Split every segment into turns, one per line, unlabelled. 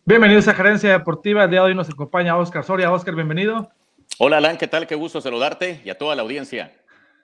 Bienvenidos a Gerencia Deportiva. El día de hoy nos acompaña Oscar Soria. Oscar, bienvenido.
Hola Alan, ¿qué tal? Qué gusto saludarte y a toda la audiencia.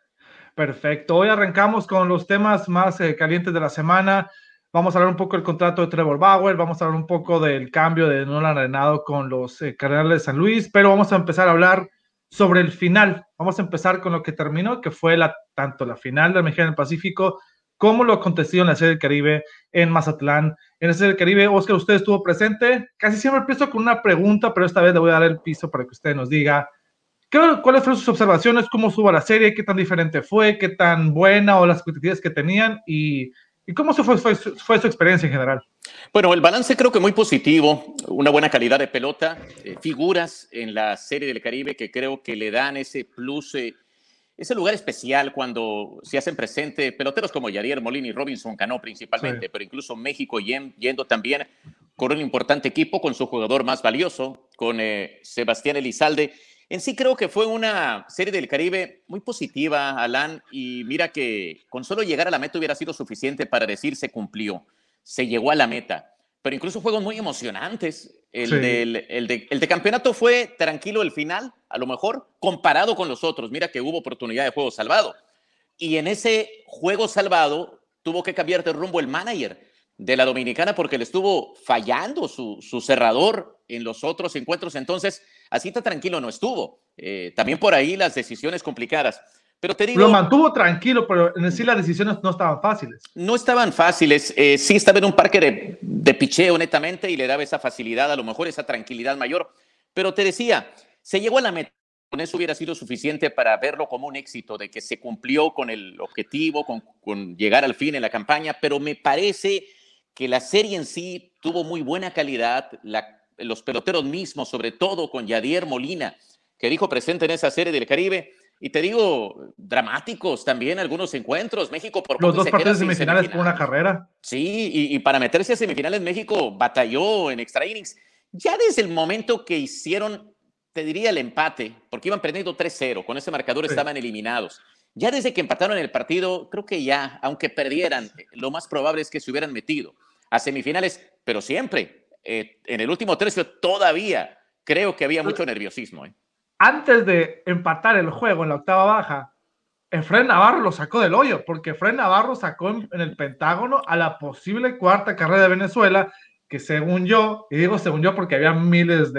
Perfecto. Hoy arrancamos con los temas más calientes de la semana. Vamos a hablar un poco del contrato de Trevor Bauer, vamos a hablar un poco del cambio de Nolan Arenado con los Cardenales de San Luis, pero vamos a empezar a hablar sobre el final. Vamos a empezar con lo que terminó, que fue tanto la final de la Mexicana del Pacífico como lo acontecido en la Serie del Caribe en Mazatlán. En la Serie del Caribe, Oscar, usted estuvo presente. Casi siempre empiezo con una pregunta, pero esta vez le voy a dar el piso para que usted nos diga ¿cuáles fueron sus observaciones? ¿Cómo estuvo la serie? ¿Qué tan diferente fue? ¿Qué tan buena o las expectativas que tenían? ¿Y cómo fue su experiencia en general?
Bueno, el balance creo que muy positivo, una buena calidad de pelota, figuras en la Serie del Caribe que creo que le dan ese plus, ese lugar especial cuando se hacen presente peloteros como Yadier Molina y Robinson Cano
Sí.
principalmente, pero incluso México yendo también con un importante equipo, con su jugador más valioso, con Sebastián Elizalde. En sí creo que fue una Serie del Caribe muy positiva, Alan, y mira que con solo llegar a la meta hubiera sido suficiente para decir se cumplió, se llegó a la meta. Pero incluso juegos muy emocionantes.
Sí.
El de campeonato fue tranquilo el final, a lo mejor, comparado con los otros. Mira que hubo oportunidad de juego salvado. Y en ese juego salvado tuvo que cambiar de rumbo el manager de la Dominicana porque le estuvo fallando su cerrador en los otros encuentros. Entonces, así tan tranquilo no estuvo. También por ahí las decisiones complicadas. Pero te
Lo
digo,
mantuvo tranquilo, pero en sí las decisiones no estaban fáciles.
no estaban fáciles. Sí estaba en un parque de picheo, netamente, y le daba esa facilidad, a lo mejor esa tranquilidad mayor. Pero te decía, se llegó a la meta. Con eso hubiera sido suficiente para verlo como un éxito, de que se cumplió con el objetivo, con llegar al fin en la campaña. Pero me parece que la serie en sí tuvo muy buena calidad. Los peloteros mismos, sobre todo con Yadier Molina, que dijo presente en esa Serie del Caribe. Y te digo, dramáticos también algunos encuentros. México por
Los
poco y
dos
se queda
partidos
sin
semifinales por una
semifinal.
carrera.
Sí, y para meterse a semifinales México batalló en extra innings. Ya desde el momento que hicieron, te diría, el empate, porque iban perdiendo 3-0, con ese marcador
Sí.
estaban eliminados. Ya desde que empataron el partido, creo que ya, aunque perdieran, lo más probable es que se hubieran metido a semifinales, pero siempre, en el último tercio todavía creo que había mucho nerviosismo.
Antes de empatar el juego en la octava baja, Efraín Navarro lo sacó del hoyo, porque Efraín Navarro sacó en el Pentágono a la posible cuarta carrera de Venezuela, que según yo, y digo según yo porque había miles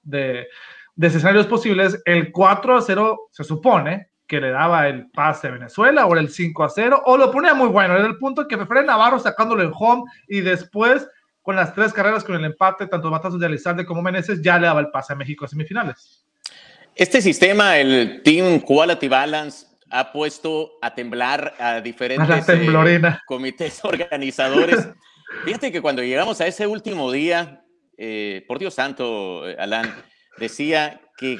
de escenarios posibles, el 4-0 se supone que le daba el pase a Venezuela, o era el 5-0, o lo ponía muy bueno. Era el punto que Efraín Navarro sacándolo en home, y después, con las tres carreras con el empate, tanto batazos de Alizarde como Meneses, ya le daba el pase a México a semifinales.
Este sistema, el Team Quality Balance, ha puesto a temblar a
A la
diferentes
temblorina.
comités organizadores. Fíjate que cuando llegamos a ese último día, por Dios santo, Alan, decía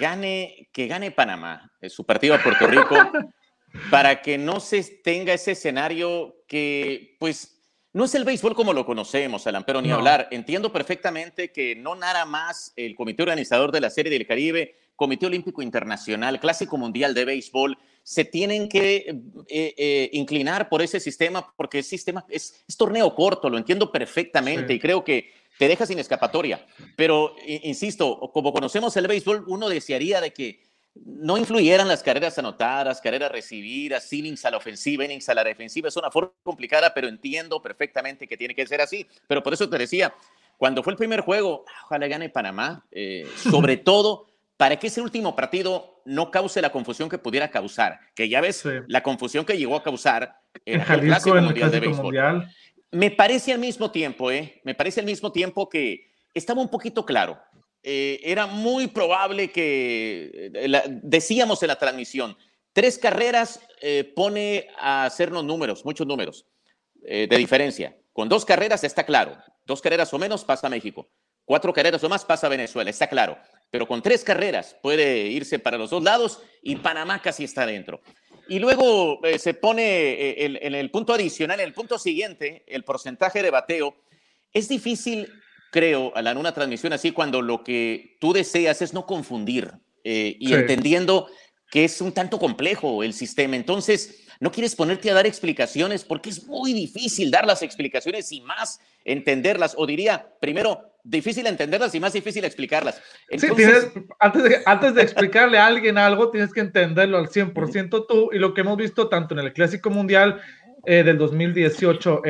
que gane Panamá, su partido a Puerto Rico, para que no se tenga ese escenario que, pues, no es el béisbol como lo conocemos, Alan, pero ni
No.
hablar. Entiendo perfectamente que no nada más el comité organizador de la Serie del Caribe, Comité Olímpico Internacional, Clásico Mundial de Béisbol, se tienen que inclinar por ese sistema, porque el sistema es torneo corto, lo entiendo
Sí.
perfectamente y creo que te deja sin escapatoria. Pero, insisto, como conocemos el béisbol, uno desearía de que no influyeran las carreras anotadas, carreras recibidas, innings a la ofensiva, innings a la defensiva. Es una forma complicada, pero entiendo perfectamente que tiene que ser así. Pero por eso te decía, cuando fue el primer juego, ojalá gane Panamá, sobre todo para que ese último partido no cause la confusión que pudiera causar, que ya
Sí.
ves la confusión que llegó a causar
En
en aquel
Jalisco,
Clásico
en el
Mundial de
Clásico
Béisbol.
Mundial.
Me parece al mismo tiempo, me parece al mismo tiempo que estaba un poquito claro. Era muy probable que, decíamos en la transmisión, 3 carreras pone a hacernos números, muchos números de diferencia. Con 2 carreras está claro. 2 carreras o menos pasa México. 4 carreras o más pasa Venezuela, está claro. Pero con 3 carreras puede irse para los dos lados y Panamá casi está dentro. Y luego se pone en el punto adicional, en el punto siguiente, el porcentaje de bateo. Es difícil, creo, en una transmisión así, cuando lo que tú deseas es no confundir y
Sí.
entendiendo que es un tanto complejo el sistema. Entonces, no quieres ponerte a dar explicaciones porque es muy difícil dar las explicaciones y más entenderlas. O diría, primero, difícil entenderlas y más difícil explicarlas.
Entonces, sí, antes de explicarle a alguien algo, tienes que entenderlo al 100% tú. Y lo que hemos visto tanto en el Clásico Mundial del 2018,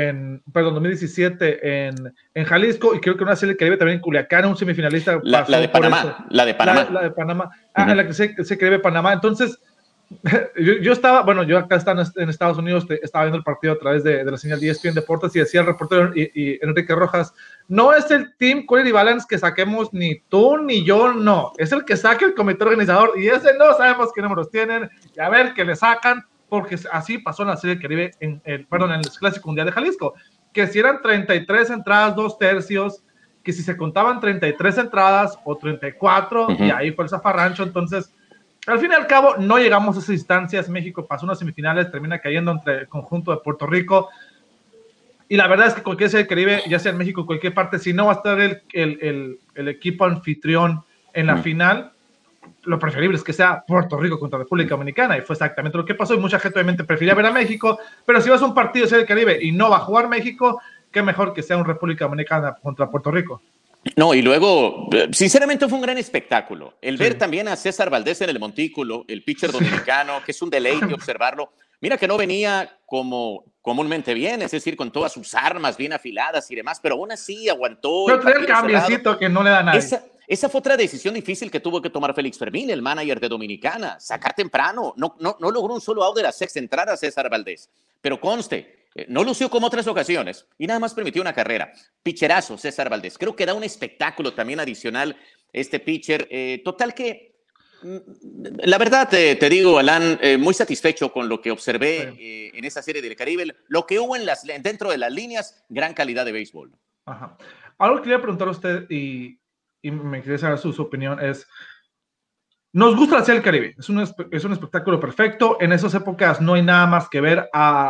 2017 en Jalisco, y creo que una serie del Caribe también en Culiacán, un semifinalista pasó
la de Panamá,
la de Panamá. En la que se Caribe Panamá. Entonces, yo acá estaba en Estados Unidos, estaba viendo el partido a través de la señal de ESPN Deportes y decía el reportero y Enrique Rojas, no es el Team Quality Balance que saquemos ni tú ni yo, no, es el que saque el comité organizador y ese no sabemos qué números tienen y a ver qué le sacan, porque así pasó en la Serie del Caribe, en el Clásico Mundial de Jalisco, que si eran 33 entradas, 2/3, que si se contaban 33 entradas o 34, y ahí fue el zafarrancho. Entonces, al fin y al cabo, no llegamos a esas instancias. México pasó unas semifinales, termina cayendo entre el conjunto de Puerto Rico. Y la verdad es que cualquier serie del Caribe, ya sea en México o cualquier parte, si no va a estar el equipo anfitrión en la final, lo preferible es que sea Puerto Rico contra República Dominicana. Y fue exactamente lo que pasó. Y mucha gente obviamente prefería ver a México. Pero si vas a un partido de serie del Caribe y no va a jugar México, qué mejor que sea un República Dominicana contra Puerto Rico.
No, y luego, sinceramente fue un gran espectáculo. El ver también a César Valdés en el montículo, el pitcher dominicano, que es un deleite observarlo. Mira que no venía como comúnmente viene, es decir, con todas sus armas bien afiladas y demás, pero aún así aguantó.
Pero trae el cambiecito que no le da a nadie.
Esa fue otra decisión difícil que tuvo que tomar Félix Fermín, el manager de Dominicana. Sacar temprano. No logró un solo out de la sexta entrada a César Valdés. Pero conste, no lució como otras ocasiones y nada más permitió una carrera. Picherazo, César Valdés. Creo que da un espectáculo también adicional este pitcher. Total que, la verdad, te digo, Alan, muy satisfecho con lo que observé en esa serie del Caribe. Lo que hubo dentro de las líneas, gran calidad de béisbol.
Ajá. Algo que quería preguntar a usted y me quería saber su opinión es, nos gusta la Serie del Caribe, es un espectáculo perfecto, en esas épocas no hay nada más que ver,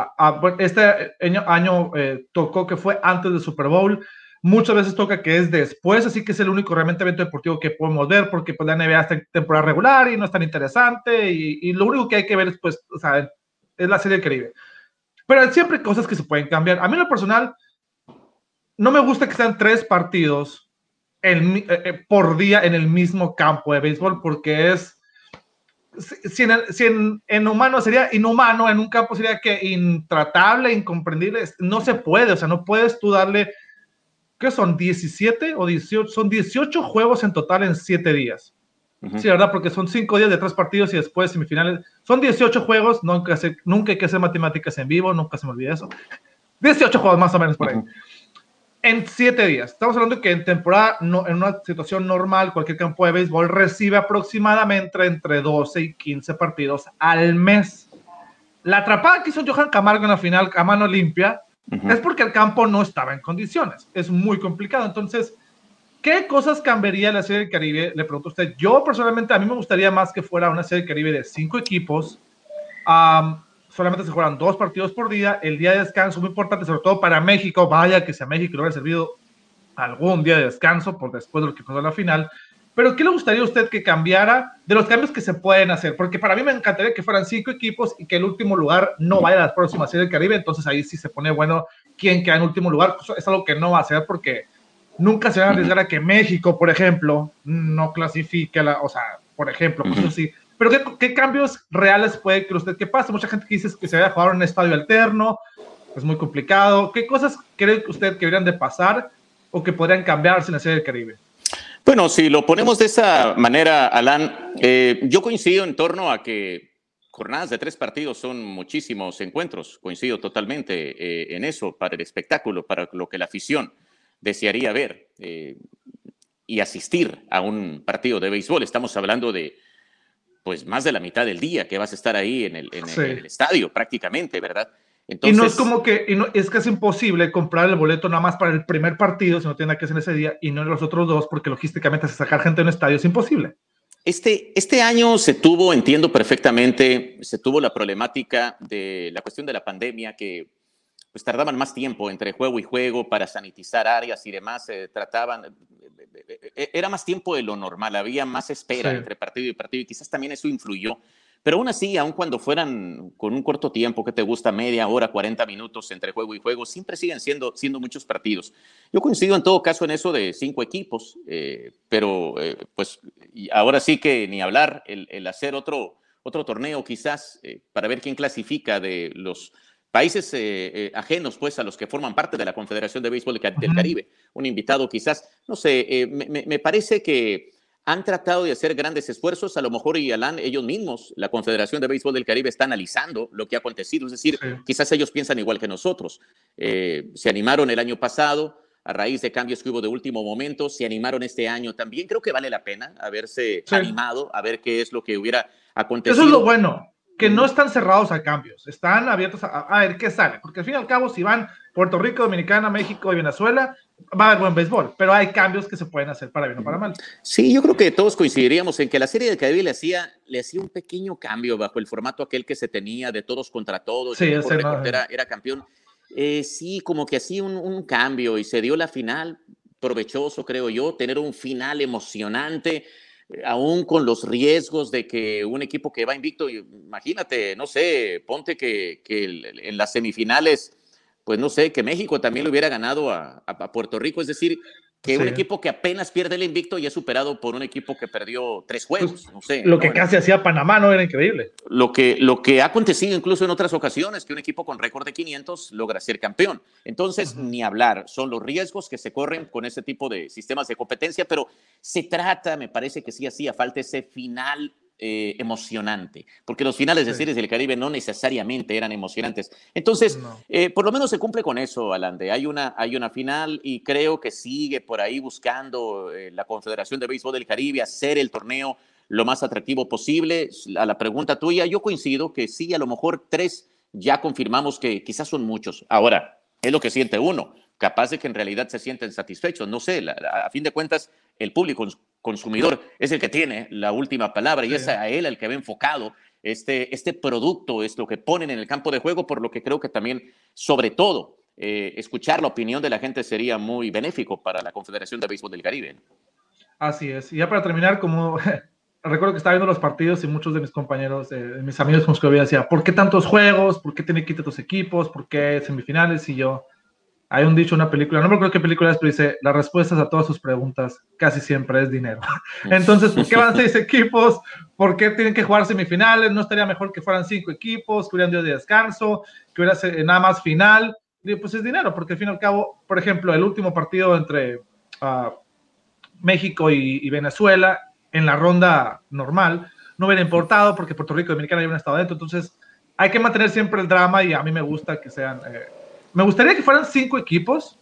este año tocó que fue antes del Super Bowl, muchas veces toca que es después, así que es el único realmente evento deportivo que podemos ver, porque pues, la NBA está en temporada regular y no es tan interesante, y lo único que hay que ver es, pues, o sea, es la Serie del Caribe. Pero hay siempre cosas que se pueden cambiar. A mí en lo personal, no me gusta que sean 3 partidos por día en el mismo campo de béisbol, porque es, si en humano sería inhumano, en un campo sería que intratable, incomprendible, no se puede, o sea, no puedes tú darle, ¿qué son? 17 o 18, son 18 juegos en total en 7 días. Sí, ¿verdad? Porque son 5 días de 3 partidos y después semifinales. Son 18 juegos, nunca hay que hacer matemáticas en vivo, nunca se me olvida eso. 18 juegos más o menos por ahí. En 7 días. Estamos hablando que en temporada, en una situación normal, cualquier campo de béisbol recibe aproximadamente entre 12 y 15 partidos al mes. La atrapada que hizo Johan Camargo en la final a mano limpia es porque el campo no estaba en condiciones. Es muy complicado. Entonces, ¿qué cosas cambiaría la Serie del Caribe? Le pregunto a usted. Yo personalmente, a mí me gustaría más que fuera una Serie del Caribe de 5 equipos. Solamente se juegan 2 partidos por día, el día de descanso muy importante, sobre todo para México, vaya que si a México le hubiera servido algún día de descanso por después de lo que pasó en la final, pero ¿qué le gustaría a usted que cambiara de los cambios que se pueden hacer? Porque para mí me encantaría que fueran 5 equipos y que el último lugar no vaya a la próxima Serie del Caribe, entonces ahí sí se pone bueno quién queda en último lugar, es algo que no va a hacer porque nunca se van a arriesgar a que México, por ejemplo, no clasifique, o sea, por ejemplo, cosas así. Pero ¿qué cambios reales puede que usted que pase? Mucha gente que dice que se vaya a jugar en un estadio alterno, es muy complicado. ¿Qué cosas cree usted que deberían de pasar o que podrían cambiarse en la Serie del Caribe?
Bueno, si lo ponemos de esa manera, Alan, yo coincido en torno a que jornadas de 3 partidos son muchísimos encuentros. Coincido totalmente en eso, para el espectáculo, para lo que la afición desearía ver y asistir a un partido de béisbol. Estamos hablando de pues más de la mitad del día que vas a estar ahí en el estadio prácticamente, ¿verdad?
Entonces, y no es como que, es casi imposible comprar el boleto nada más para el primer partido, si no tiene nada que hacer ese día, y no en los otros 2, porque logísticamente sacar gente en un estadio es imposible.
Este año entiendo perfectamente, se tuvo la problemática de la cuestión de la pandemia, que pues tardaban más tiempo entre juego y juego para sanitizar áreas y demás, era más tiempo de lo normal, había más espera entre partido y partido y quizás también eso influyó. Pero aún así, aun cuando fueran con un corto tiempo, que te gusta, media hora, 40 minutos entre juego y juego, siempre siguen siendo muchos partidos. Yo coincido en todo caso en eso de 5 equipos, pero pues ahora sí que ni hablar, el hacer otro torneo quizás para ver quién clasifica de los países ajenos pues a los que forman parte de la Confederación de Béisbol del Caribe. Un invitado quizás, no sé, me parece que han tratado de hacer grandes esfuerzos, a lo mejor y Alan, ellos mismos, la Confederación de Béisbol del Caribe está analizando lo que ha acontecido, es decir, quizás ellos piensan igual que nosotros. Se animaron el año pasado a raíz de cambios que hubo de último momento, se animaron este año también, creo que vale la pena haberse animado, a ver qué es lo que hubiera acontecido.
Eso es lo bueno, que no están cerrados a cambios, están abiertos a ver qué sale, porque al fin y al cabo, si van Puerto Rico, Dominicana, México y Venezuela, va a haber buen béisbol, pero hay cambios que se pueden hacer para bien o para mal.
Sí, yo creo que todos coincidiríamos en que la Serie del Caribe le hacía un pequeño cambio bajo el formato aquel que se tenía de todos contra todos,
sí,
el mejor récord era campeón. Sí, como que hacía un cambio y se dio la final, provechoso creo yo, tener un final emocionante, aún con los riesgos de que un equipo que va invicto, imagínate, no sé, ponte que en las semifinales, pues no sé, que México también le hubiera ganado a Puerto Rico, es decir, que un equipo que apenas pierde el invicto y es superado por un equipo que perdió 3 juegos, pues, no sé.
Lo que casi hacía Panamá, ¿no? Era increíble.
Lo que ha acontecido incluso en otras ocasiones, que un equipo con récord de 500 logra ser campeón. Entonces, ni hablar, son los riesgos que se corren con ese tipo de sistemas de competencia, pero se trata, me parece que sí hacía falta ese final emocionante, porque los finales de Series del Caribe no necesariamente eran emocionantes. Entonces, por lo menos se cumple con eso, Alande. Hay una final y creo que sigue por ahí buscando la Confederación de Béisbol del Caribe hacer el torneo lo más atractivo posible. A la pregunta tuya, yo coincido que sí, a lo mejor 3 ya confirmamos que quizás son muchos. Ahora, es lo que siente uno, capaz de que en realidad se sienten satisfechos. No sé, a fin de cuentas, el público consumidor es el que tiene la última palabra y es a él el que ve enfocado este producto, es lo que ponen en el campo de juego, por lo que creo que también, sobre todo, escuchar la opinión de la gente sería muy benéfico para la Confederación de Béisbol del Caribe.
Así es. Y ya para terminar, como recuerdo que estaba viendo los partidos y muchos de mis compañeros, mis amigos con los que había, decía, ¿por qué tantos juegos? ¿Por qué tiene que ir tus equipos? ¿Por qué semifinales? Y yo, hay un dicho, una película, no me acuerdo qué película es, pero dice, las respuestas a todas sus preguntas casi siempre es dinero. Entonces, ¿por qué van 6 equipos? ¿Por qué tienen que jugar semifinales? ¿No estaría mejor que fueran 5 equipos, que hubieran días de descanso, que hubiera nada más final? Y pues es dinero, porque al fin y al cabo, por ejemplo, el último partido entre México y Venezuela, en la ronda normal, no hubiera importado porque Puerto Rico y Dominicana ya hubieran estado dentro. Entonces, hay que mantener siempre el drama y a mí me gusta que sean... me gustaría que fueran 5 equipos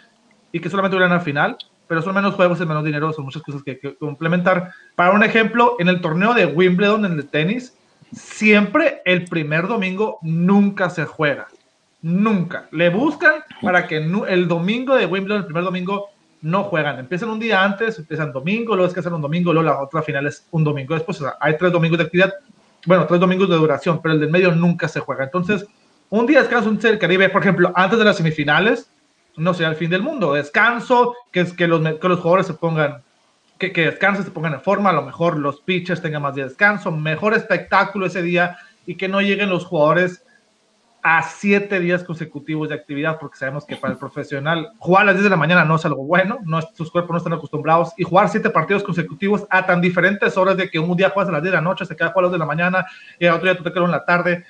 y que solamente hubieran al final, pero son menos juegos y menos dinero, son muchas cosas que hay que complementar. Para un ejemplo, en el torneo de Wimbledon, en el tenis, siempre el primer domingo nunca se juega. Nunca. Le buscan para que el domingo de Wimbledon, el primer domingo, no juegan. Empiezan un día antes, empiezan domingo, luego es que hacen un domingo, luego la otra final es un domingo después. O sea, hay 3 domingos de actividad, bueno, 3 domingos de duración, pero el del medio nunca se juega. Entonces, un día descanso, un Serie del Caribe, por ejemplo, antes de las semifinales, no sea el fin del mundo. Descanso, que los jugadores se pongan, que descansen, se pongan en forma, a lo mejor los pitchers tengan más días de descanso, mejor espectáculo ese día y que no lleguen los jugadores a 7 días consecutivos de actividad, porque sabemos que para el profesional jugar a las 10 de la mañana no es algo bueno, sus cuerpos no están acostumbrados, y jugar 7 partidos consecutivos a tan diferentes horas, de que un día juegas a las 10 de la noche, se queda jugando a las 2 de la mañana, y al otro día te quedas en la tarde.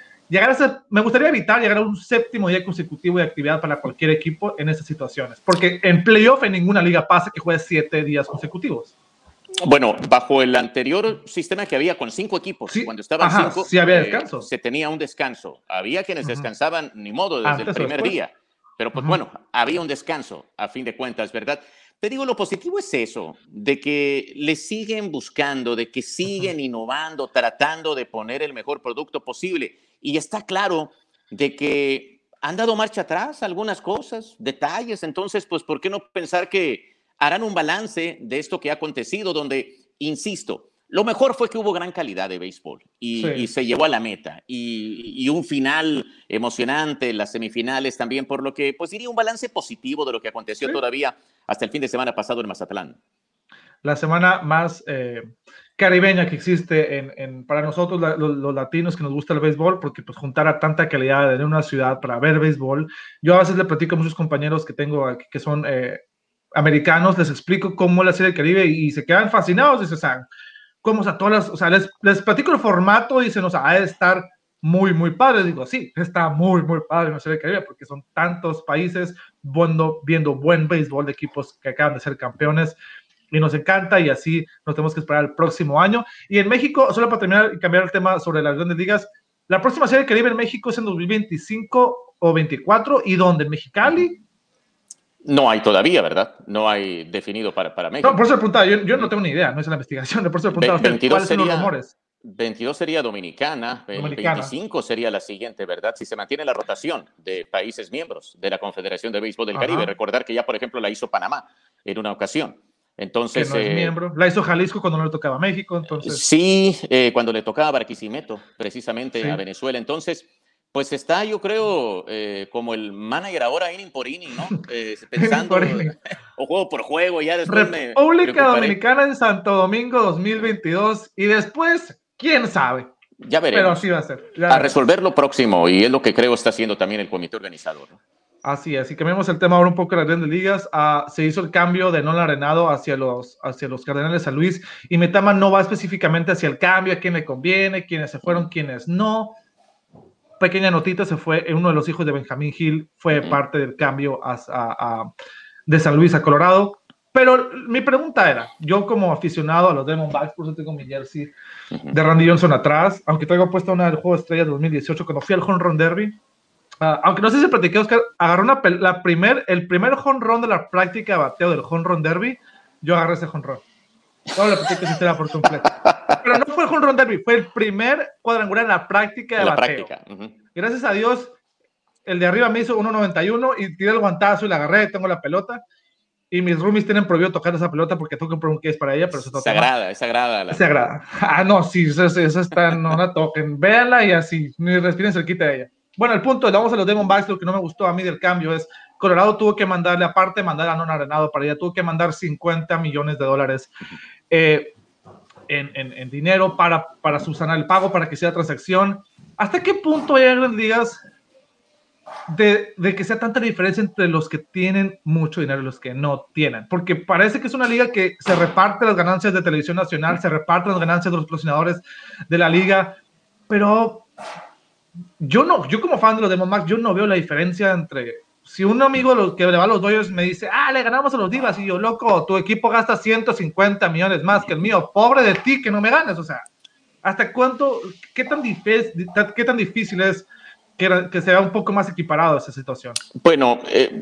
Me gustaría evitar llegar a un 7º día consecutivo de actividad para cualquier equipo en esas situaciones, porque en playoff en ninguna liga pasa que juegues 7 días consecutivos.
Bueno, bajo el anterior sistema que había con 5 equipos,
sí,
cuando estaban 5,
sí había descanso.
Se tenía un descanso. Había quienes descansaban, ni modo, desde antes el primer día. Pero pues bueno, había un descanso, a fin de cuentas, ¿verdad? Te digo, lo positivo es eso, de que le siguen buscando, de que siguen innovando, tratando de poner el mejor producto posible. Y está claro de que han dado marcha atrás algunas cosas, detalles. Entonces, pues, ¿por qué no pensar que harán un balance de esto que ha acontecido, donde, insisto, lo mejor fue que hubo gran calidad de béisbol y se llevó a la meta y un final emocionante, las semifinales también, por lo que pues diría un balance positivo de lo que aconteció todavía hasta el fin de semana pasado en Mazatlán.
la semana más caribeña que existe para nosotros, los latinos que nos gusta el béisbol, porque pues juntar a tanta calidad en una ciudad para ver béisbol. Yo a veces le platico a muchos compañeros que tengo aquí, que son americanos, les explico cómo es la Serie del Caribe y se quedan fascinados. Dicen, o sea, cómo, o sea, o sea, les platico el formato y dicen, o sea, ha de estar muy, muy padre. Digo, sí, está muy, muy padre en la Serie del Caribe porque son tantos países viendo buen béisbol de equipos que acaban de ser campeones y nos encanta y así nos tenemos que esperar el próximo año. Y en México, solo para terminar y cambiar el tema sobre las grandes ligas, la próxima Serie del Caribe en México es en 2025 o 24 y donde en Mexicali.
No hay todavía, ¿verdad? No hay definido para México.
No, por eso le preguntaba, yo no tengo ni idea, no es la investigación, por eso le preguntaba a usted cuáles son los rumores.
22 sería Dominicana, el 25 sería la siguiente, ¿verdad? Si se mantiene la rotación de países miembros de la Confederación de Béisbol del Caribe. Recordar que ya, por ejemplo, la hizo Panamá en una ocasión. Entonces,
que no es miembro. La hizo Jalisco cuando no le tocaba a México, entonces.
Sí, cuando le tocaba a Barquisimeto, precisamente a Venezuela. Entonces, pues está, yo creo, como el manager ahora, inning por inning, ¿no? Pensando, o juego por juego, ya después
República Dominicana en Santo Domingo 2022, y después, quién sabe.
Ya veremos.
Pero así va a ser.
A resolver lo próximo, y es lo que creo está haciendo también el comité organizador, ¿no?
Así es, y cambiamos el tema ahora un poco de las grandes ligas. Se hizo el cambio de Nolan Arenado hacia los Cardenales de San Luis, y Metama no va específicamente hacia el cambio, a quién le conviene, quiénes se fueron, quiénes no. Pequeña notita, se fue, uno de los hijos de Benjamín Hill fue parte del cambio de San Luis a Colorado. Pero mi pregunta era, yo como aficionado a los Diamondbacks, por eso tengo mi jersey de Randy Johnson atrás, aunque traigo puesta una del Juego de Estrellas de 2018, cuando fui al Home Run Derby, aunque no sé si platiqué, Oscar, agarró el primer home run de la práctica de bateo del Home Run Derby, yo agarré ese home run. No le platiqué si era por completo. Pero no fue el home run derby, fue el primer cuadrangular en la práctica de bateo. Gracias a Dios, el de arriba me hizo 1.91 y tiré el guantazo y la agarré, tengo la pelota. Y mis roomies tienen prohibido tocar esa pelota porque tengo que comprar un case para ella, pero eso
es sagrada, es sagrada.
Es sagrada. No, sí, esa está, no la toquen. Véanla y así, ni respiren cerquita de ella. Bueno, el punto, vamos a los Diamondbacks, lo que no me gustó a mí del cambio es Colorado tuvo que mandarle, aparte mandar a Nolan Arenado para ella, tuvo que mandar $50 millones en dinero para subsanar el pago, para que sea transacción. ¿Hasta qué punto hay grandes ligas de que sea tanta diferencia entre los que tienen mucho dinero y los que no tienen? Porque parece que es una liga que se reparte las ganancias de televisión nacional, se reparten las ganancias de los patrocinadores de la liga, pero yo como fan de los Diamondbacks, yo no veo la diferencia entre... Si un amigo que le va a los Dodgers me dice, le ganamos a los Divas, y yo, loco, tu equipo gasta 150 millones más que el mío, pobre de ti que no me ganes. O sea, ¿hasta cuánto, qué tan difícil es que sea un poco más equiparado esa situación?
Bueno,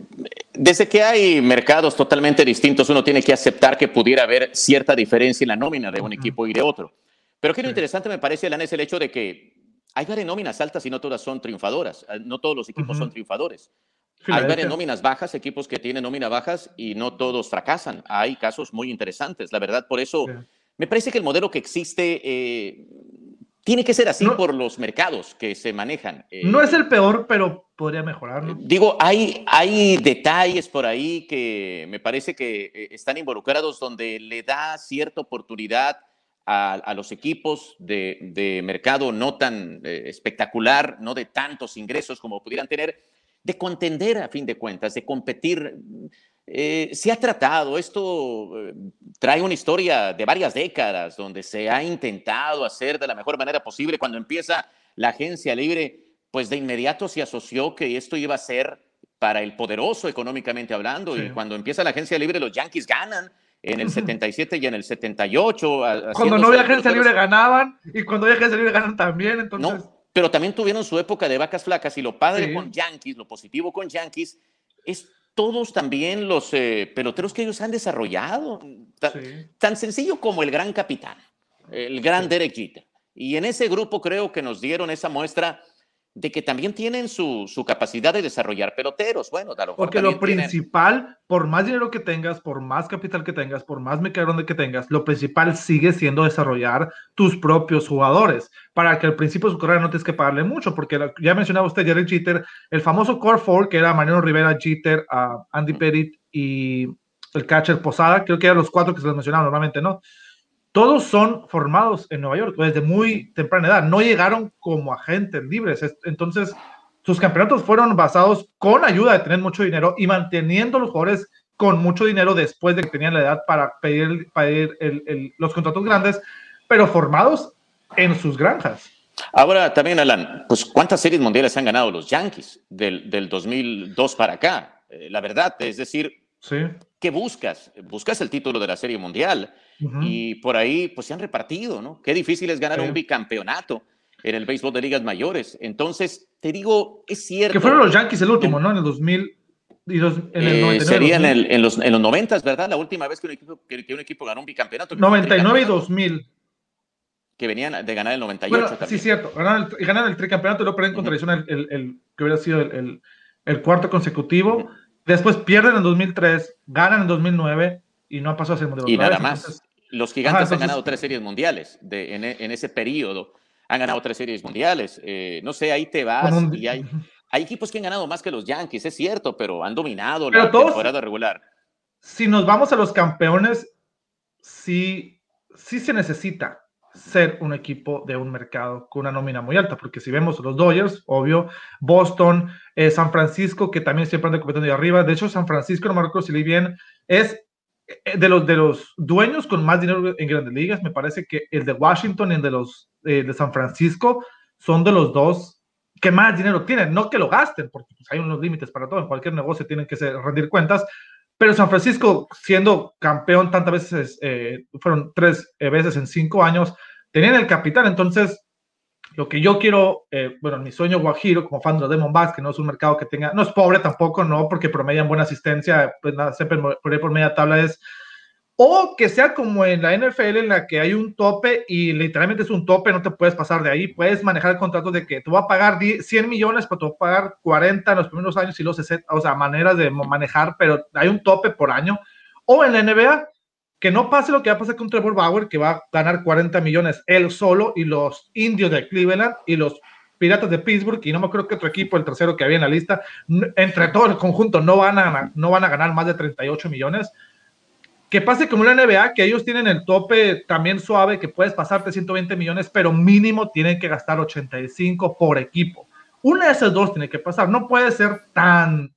desde que hay mercados totalmente distintos, uno tiene que aceptar que pudiera haber cierta diferencia en la nómina de un equipo y de otro. Pero que lo interesante me parece, Alan, es el hecho de que hay varias nóminas altas y no todas son triunfadoras. No todos los equipos son triunfadores. Hay varias nóminas bajas, equipos que tienen nóminas bajas y no todos fracasan. Hay casos muy interesantes, la verdad. Por eso me parece que el modelo que existe tiene que ser así por los mercados que se manejan.
No es el peor, pero podría mejorar, ¿no?
Digo, hay detalles por ahí que me parece que están involucrados donde le da cierta oportunidad a los equipos de mercado no tan espectacular, no de tantos ingresos como pudieran tener, de contender a fin de cuentas, de competir. Se ha tratado, esto trae una historia de varias décadas donde se ha intentado hacer de la mejor manera posible. Cuando empieza la agencia libre, pues de inmediato se asoció que esto iba a ser para el poderoso económicamente hablando, y cuando empieza la agencia libre los Yankees ganan en el 77 y en el 78.
Cuando no había agencia libre ganaban, y cuando había agencia libre ganan también, entonces...
No, pero también tuvieron su época de vacas flacas, y lo padre con Yankees, lo positivo con Yankees, es todos también los peloteros que ellos han desarrollado, tan sencillo como el gran capitán, el gran Derek Jeter. Y en ese grupo creo que nos dieron esa muestra de que también tienen su capacidad de desarrollar peloteros. Bueno,
porque lo principal, por más dinero que tengas, por más capital que tengas, por más mercado que tengas, lo principal sigue siendo desarrollar tus propios jugadores, para que al principio de su carrera no tienes que pagarle mucho, porque ya mencionaba usted Derek Jeter, el famoso Core Four, que era Mariano Rivera, Jeter, Andy Pettitte y el catcher Posada, creo que eran los 4 que se les mencionaba normalmente, ¿no? Todos son formados en Nueva York desde muy temprana edad, no llegaron como agentes libres, entonces sus campeonatos fueron basados con ayuda de tener mucho dinero y manteniendo los jugadores con mucho dinero después de que tenían la edad para pedir los contratos grandes, pero formados en sus granjas.
Ahora también, Alan, pues ¿cuántas series mundiales han ganado los Yankees del 2002 para acá? La verdad, es decir,
sí.
¿Qué buscas? Buscas el título de la Serie Mundial y por ahí pues se han repartido, ¿no? Qué difícil es ganar un bicampeonato en el béisbol de ligas mayores. Entonces, te digo, es cierto.
Que fueron los Yankees el último, ¿no? En el 2000 y en el 99.
Sería en los 90, ¿verdad? La última vez que un equipo ganó un bicampeonato.
99 y 2000.
Que venían de ganar el 98
bueno,
también.
Sí, cierto. Ganan el tricampeonato y luego perdieron contra Arizona que hubiera sido el cuarto consecutivo. Después pierden en 2003, ganan en 2009 y no pasó a ser mundial.
Y nada más. Entonces, los Gigantes han ganado 3 series mundiales en ese periodo. Han ganado 3 series mundiales. No sé, ahí te vas y hay equipos que han ganado más que los Yankees, es cierto, pero han dominado la temporada regular.
Si nos vamos a los campeones, sí se necesita ser un equipo de un mercado con una nómina muy alta, porque si vemos los Dodgers, obvio, Boston, San Francisco, que también siempre andan compitiendo de arriba. De hecho, San Francisco, no me recuerdo si leí bien, es de los dueños con más dinero en grandes ligas. Me parece que el de Washington y el de los de San Francisco son de los dos que más dinero tienen, no que lo gasten, porque pues, hay unos límites para todo, en cualquier negocio tienen que rendir cuentas, pero San Francisco, siendo campeón tantas veces, fueron 3 veces en 5 años, tenían el capital. Entonces, lo que yo quiero, mi sueño guajiro como fan de los Diamondbacks, que no es un mercado que tenga, no es pobre tampoco, no, porque promedian buena asistencia, pues nada, siempre por media tabla es, o que sea como en la NFL, en la que hay un tope y literalmente es un tope, no te puedes pasar de ahí, puedes manejar contratos de que te voy a pagar 100 millones, pero te voy a pagar 40 en los primeros años y los 60, o sea, maneras de manejar, pero hay un tope por año. O en la NBA, que no pase lo que va a pasar con Trevor Bauer, que va a ganar 40 millones él solo, y los Indios de Cleveland y los Piratas de Pittsburgh, y no me acuerdo qué otro equipo, el tercero que había en la lista, entre todo el conjunto no van a ganar más de 38 millones. Que pase como la NBA, que ellos tienen el tope también suave, que puedes pasarte 120 millones, pero mínimo tienen que gastar 85 por equipo. Una de esas dos tiene que pasar. No puede ser tan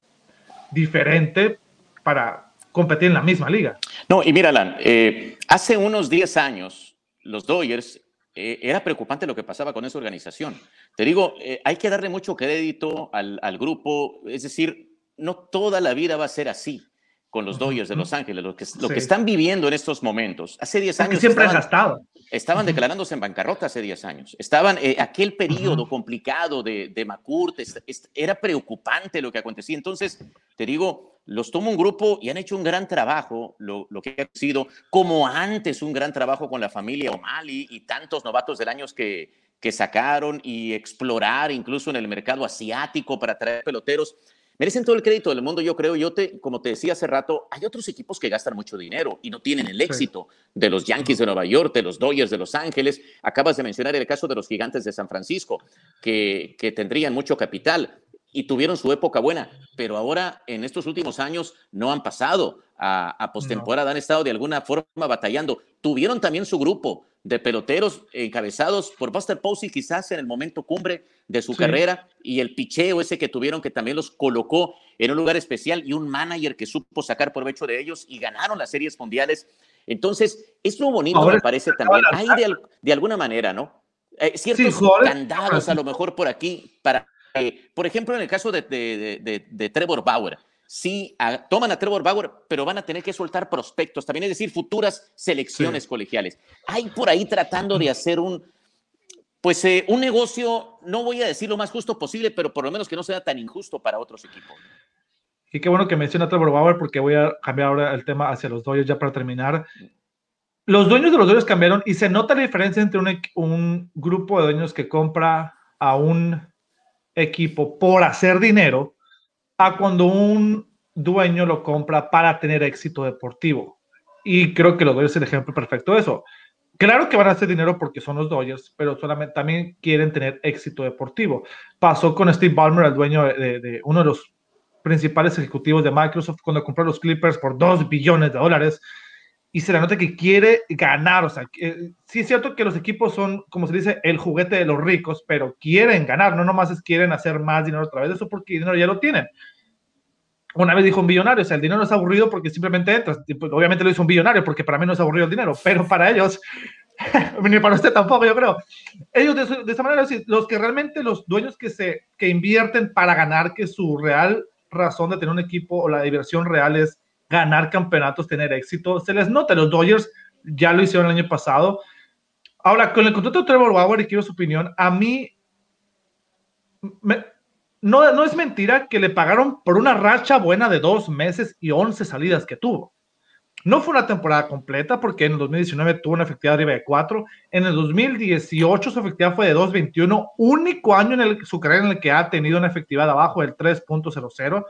diferente para competir en la misma liga.
No, y mira, Alan, hace unos 10 años, los Dodgers, era preocupante lo que pasaba con esa organización. Te digo, hay que darle mucho crédito al grupo, es decir, no toda la vida va a ser así con los Dodgers de Los Ángeles, lo que están viviendo en estos momentos. Hace 10 años
siempre han gastado.
Estaban declarándose en bancarrota hace 10 años. Estaban, aquel periodo complicado de McCourt, era preocupante lo que acontecía. Entonces, te digo, los toma un grupo y han hecho un gran trabajo, lo que ha sido, como antes, un gran trabajo con la familia O'Malley y tantos novatos del año que sacaron y explorar incluso en el mercado asiático para traer peloteros. Merecen todo el crédito del mundo, yo creo. Como te decía hace rato, hay otros equipos que gastan mucho dinero y no tienen el éxito de los Yankees de Nueva York, de los Dodgers de Los Ángeles. Acabas de mencionar el caso de los Gigantes de San Francisco, que tendrían mucho capital y tuvieron su época buena, pero ahora en estos últimos años no han pasado a postemporada, han estado de alguna forma batallando. Tuvieron también su grupo de peloteros encabezados por Buster Posey, quizás en el momento cumbre de su carrera, y el picheo ese que tuvieron, que también los colocó en un lugar especial, y un manager que supo sacar provecho de ellos y ganaron las series mundiales. Entonces, es lo bonito, ahora me parece también. Hay de alguna manera, ¿no? Ciertos candados a lo mejor por aquí, para, por ejemplo, en el caso de Trevor Bauer. Sí, toman a Trevor Bauer, pero van a tener que soltar prospectos, también es decir, futuras selecciones colegiales. Hay por ahí tratando de hacer un negocio, no voy a decir lo más justo posible, pero por lo menos que no sea tan injusto para otros equipos.
Y qué bueno que menciona a Trevor Bauer, porque voy a cambiar ahora el tema hacia los Dodgers ya para terminar. Los dueños de los Dodgers cambiaron y se nota la diferencia entre un grupo de dueños que compra a un equipo por hacer dinero a cuando un dueño lo compra para tener éxito deportivo. Y creo que los Dodgers es el ejemplo perfecto de eso. Claro que van a hacer dinero porque son los Dodgers, pero solamente también quieren tener éxito deportivo. Pasó con Steve Ballmer, el dueño de uno de los principales ejecutivos de Microsoft cuando compró los Clippers por $2 billones y se le nota que quiere ganar. O sea, sí es cierto que los equipos son, como se dice, el juguete de los ricos, pero quieren ganar, no nomás quieren hacer más dinero a través de eso porque el dinero ya lo tienen. Una vez dijo un billonario, o sea, el dinero no es aburrido porque simplemente entras. Obviamente lo hizo un billonario porque para mí no es aburrido el dinero, pero para ellos, ni para usted tampoco, yo creo. Ellos de esa manera, los que realmente, los dueños que invierten para ganar, que su real razón de tener un equipo o la diversión real es ganar campeonatos, tener éxito, se les nota. Los Dodgers ya lo hicieron el año pasado. Ahora, con el contrato de Trevor Bauer, y quiero su opinión, a mí no es mentira que le pagaron por una racha buena de 2 meses y 11 salidas que tuvo. No fue una temporada completa porque en el 2019 tuvo una efectividad arriba de 4. En el 2018 su efectividad fue de 2.21, único año en su carrera en el que ha tenido una efectividad abajo del 3.00.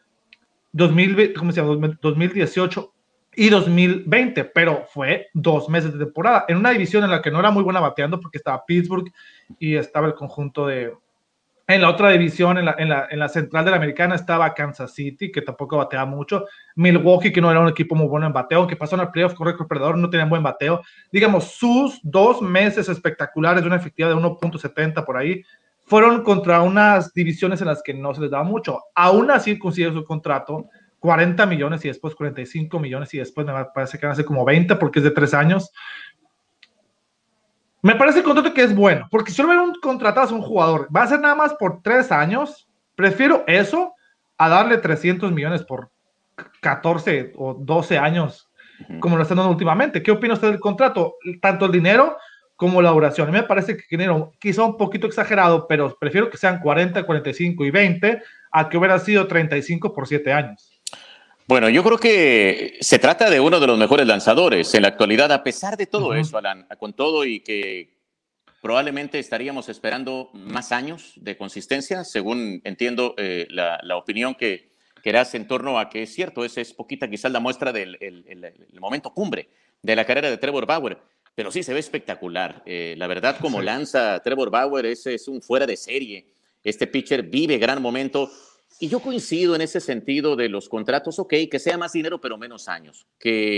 2018 y 2020, pero fue 2 meses de temporada en una división en la que no era muy buena bateando porque estaba Pittsburgh y estaba el conjunto de... En la otra división, en la central de la americana, estaba Kansas City, que tampoco bateaba mucho. Milwaukee, que no era un equipo muy bueno en bateo, aunque pasaron al playoff con récord perdedor, no tenían buen bateo. Digamos, sus 2 meses espectaculares de una efectividad de 1.70 por ahí, fueron contra unas divisiones en las que no se les daba mucho. Aún así consiguió su contrato, 40 millones y después 45 millones y después me parece que van a ser como 20 porque es de 3 años. Me parece el contrato que es bueno, porque si solo un contratazo a un jugador, va a ser nada más por 3 años, prefiero eso a darle 300 millones por 14 o 12 años, como lo están dando últimamente. ¿Qué opina usted del contrato? Tanto el dinero como la duración. A mí me parece que el dinero quizá un poquito exagerado, pero prefiero que sean 40, 45 y 20 a que hubiera sido 35 por 7 años.
Bueno, yo creo que se trata de uno de los mejores lanzadores en la actualidad, a pesar de todo eso, Alan, con todo y que probablemente estaríamos esperando más años de consistencia, según entiendo la opinión que das en torno a que es cierto, es poquita quizás la muestra del el momento cumbre de la carrera de Trevor Bauer, pero sí se ve espectacular. La verdad, como lanza Trevor Bauer, es un fuera de serie. Este pitcher vive gran momento. Y yo coincido en ese sentido de los contratos, ok, que sea más dinero pero menos años,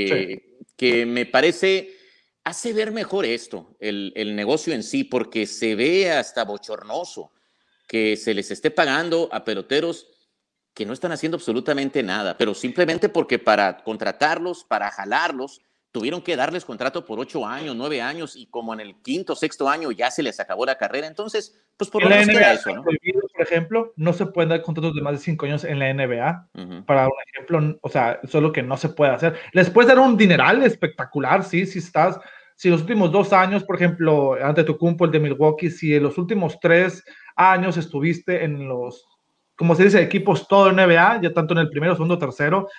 que me parece, hace ver mejor esto, el negocio en sí, porque se ve hasta bochornoso que se les esté pagando a peloteros que no están haciendo absolutamente nada, pero simplemente porque para contratarlos, para jalarlos, tuvieron que darles contrato por 8 años, 9 años, y como en el quinto, sexto año ya se les acabó la carrera, entonces, pues por lo menos queda eso, ¿no?
Prohibido, por ejemplo, no se pueden dar contratos de más de 5 años en la NBA. Para un ejemplo, o sea, eso es lo que no se puede hacer. Les puedes dar un dineral espectacular, sí, si los últimos 2 años, por ejemplo, Antetokounmpo, el de Milwaukee, si en los últimos 3 años estuviste en los, como se dice, equipos todo NBA, ya tanto en el primero, segundo, tercero,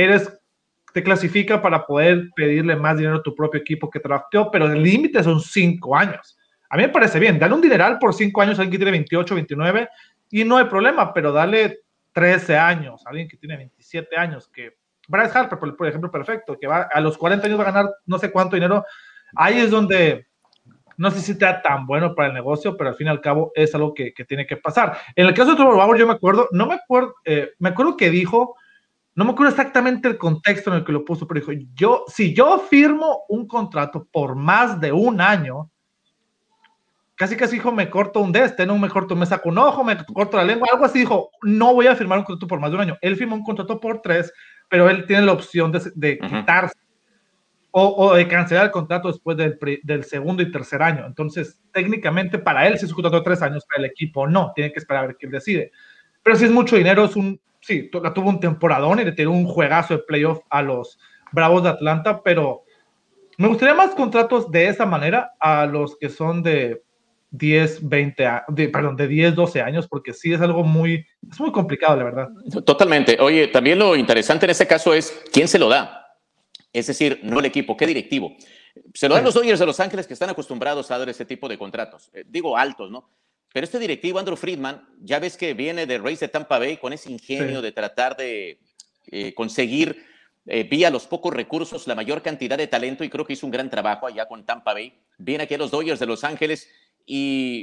te clasifica para poder pedirle más dinero a tu propio equipo que drafteó, pero el límite son 5 años. A mí me parece bien, dale un dineral por 5 años a alguien que tiene 28, 29 y no hay problema, pero dale 13 años a alguien que tiene 27 años, que Bryce Harper, por ejemplo, perfecto, que va a los 40 años va a ganar no sé cuánto dinero. Ahí es donde no sé si está tan bueno para el negocio, pero al fin y al cabo es algo que tiene que pasar. En el caso de Trevor Bauer, yo me acuerdo que dijo, no me acuerdo exactamente el contexto en el que lo puso, pero dijo, si yo firmo un contrato por más de 1 año, casi dijo, me corto un no me corto, me saco un ojo, me corto la lengua, algo así, dijo, no voy a firmar un contrato por más de 1 año. Él firmó un contrato por 3, pero él tiene la opción de quitarse o de cancelar el contrato después del segundo y tercer año. Entonces, técnicamente, para él, si es un contrato de 3 años, para el equipo no, tiene que esperar a ver quién decide. Pero si es mucho dinero, tuvo un temporadón y le tiró un juegazo de playoff a los Bravos de Atlanta, pero me gustaría más contratos de esa manera a los que son de 10, 12 años, porque sí es algo muy complicado, la verdad.
Totalmente. Oye, también lo interesante en ese caso es quién se lo da. Es decir, no el equipo, ¿qué directivo? Se lo dan los Dodgers de Los Ángeles, que están acostumbrados a dar ese tipo de contratos. Digo altos, ¿no? Pero este directivo, Andrew Friedman, ya ves que viene de Rays de Tampa Bay con ese ingenio de tratar de conseguir vía los pocos recursos la mayor cantidad de talento, y creo que hizo un gran trabajo allá con Tampa Bay. Viene aquí a los Dodgers de Los Ángeles y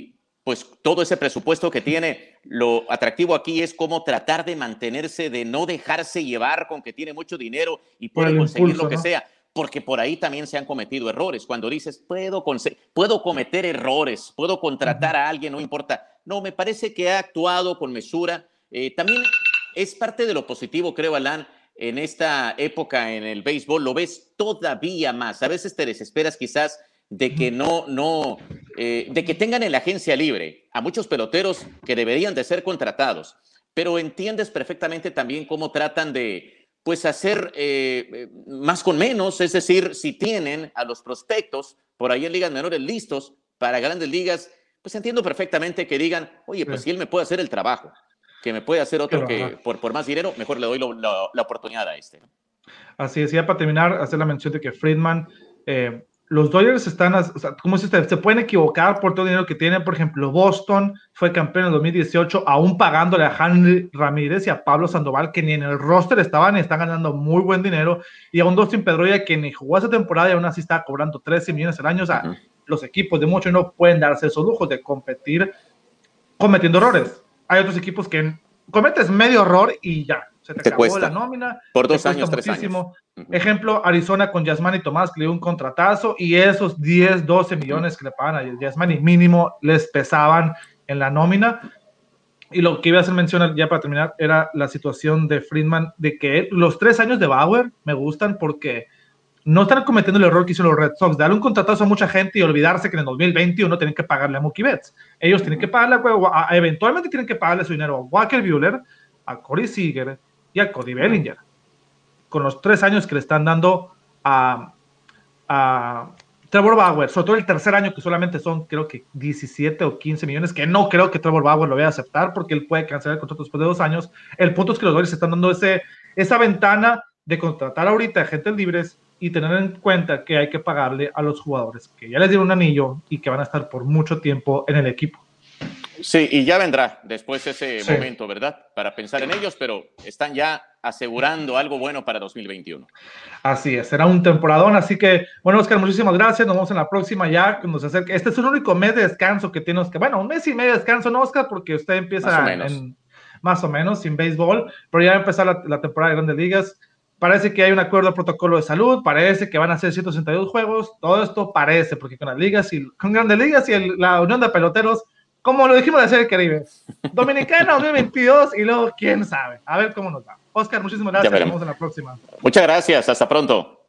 pues todo ese presupuesto que tiene. Lo atractivo aquí es cómo tratar de mantenerse, de no dejarse llevar con que tiene mucho dinero y
Por
puede
el
conseguir
impulso,
lo que
¿no?
sea, porque por ahí también se han cometido errores. Cuando dices, puedo cometer errores, puedo contratar a alguien, no importa. No, me parece que ha actuado con mesura. También es parte de lo positivo, creo, Alan, en esta época en el béisbol, lo ves todavía más. A veces te desesperas quizás de que de que tengan en la agencia libre a muchos peloteros que deberían de ser contratados, pero entiendes perfectamente también cómo tratan de, pues, hacer más con menos, es decir, si tienen a los prospectos por ahí en ligas menores listos para grandes ligas, pues entiendo perfectamente que digan, oye, pues
Sí,
si él me puede hacer el trabajo, que me puede hacer otro
claro.
que por más dinero, mejor le doy la oportunidad a este.
Así es, ya para terminar, hacer la mención de que Friedman, los Dodgers están, o sea, ¿cómo se dice? Se pueden equivocar por todo el dinero que tienen. Por ejemplo, Boston fue campeón en el 2018, aún pagándole a Hanley Ramírez y a Pablo Sandoval, que ni en el roster estaban y están ganando muy buen dinero, y a un Dustin Pedroia que ni jugó esa temporada y aún así está cobrando 13 millones al año. O sea, los equipos de mucho no pueden darse esos lujos de competir cometiendo errores. Hay otros equipos que cometes medio error y ya, se te
Te
acabó la
cuesta.
nómina,
Por
te
2
cuesta
años, 3 años.
muchísimo. Ejemplo, Arizona con Yasmani Tomás, que le dio un contratazo y esos 10, 12 millones que le pagan a Yasmani mínimo les pesaban en la nómina. Y lo que iba a hacer mención ya para terminar era la situación de Friedman, de que los 3 años de Bauer me gustan porque no están cometiendo el error que hicieron los Red Sox, darle un contratazo a mucha gente y olvidarse que en el 2021 tienen que pagarle a Mookie Betts. Ellos tienen que pagarle, eventualmente tienen que pagarle su dinero a Walker Buehler, a Corey Seager y a Cody Bellinger, con los 3 años que le están dando a Trevor Bauer, sobre todo el tercer año, que solamente son creo que 17 o 15 millones, que no creo que Trevor Bauer lo vaya a aceptar porque él puede cancelar el contrato después de 2 años. El punto es que los Dodgers están dando esa ventana de contratar ahorita a gente libres y tener en cuenta que hay que pagarle a los jugadores que ya les dieron un anillo y que van a estar por mucho tiempo en el equipo.
Sí, y ya vendrá después ese momento, ¿verdad? Para pensar en ellos, pero están ya asegurando algo bueno para 2021.
Así es, será un temporadón, así que, bueno, Oscar, muchísimas gracias, nos vemos en la próxima ya, cuando se acerque. Este es el único mes de descanso que tienes, bueno, un mes y medio de descanso, ¿no, Oscar? Porque usted empieza más o menos, sin béisbol, pero ya va a empezar la temporada de Grandes Ligas. Parece que hay un acuerdo de protocolo de salud, parece que van a ser 162 juegos, todo esto parece, porque con las ligas y con Grandes Ligas y la Unión de Peloteros, como lo dijimos de hacer el Caribe, Dominicana 2022 y luego quién sabe, a ver cómo nos va. Oscar, muchísimas gracias, nos vemos en la próxima.
Muchas gracias, hasta pronto.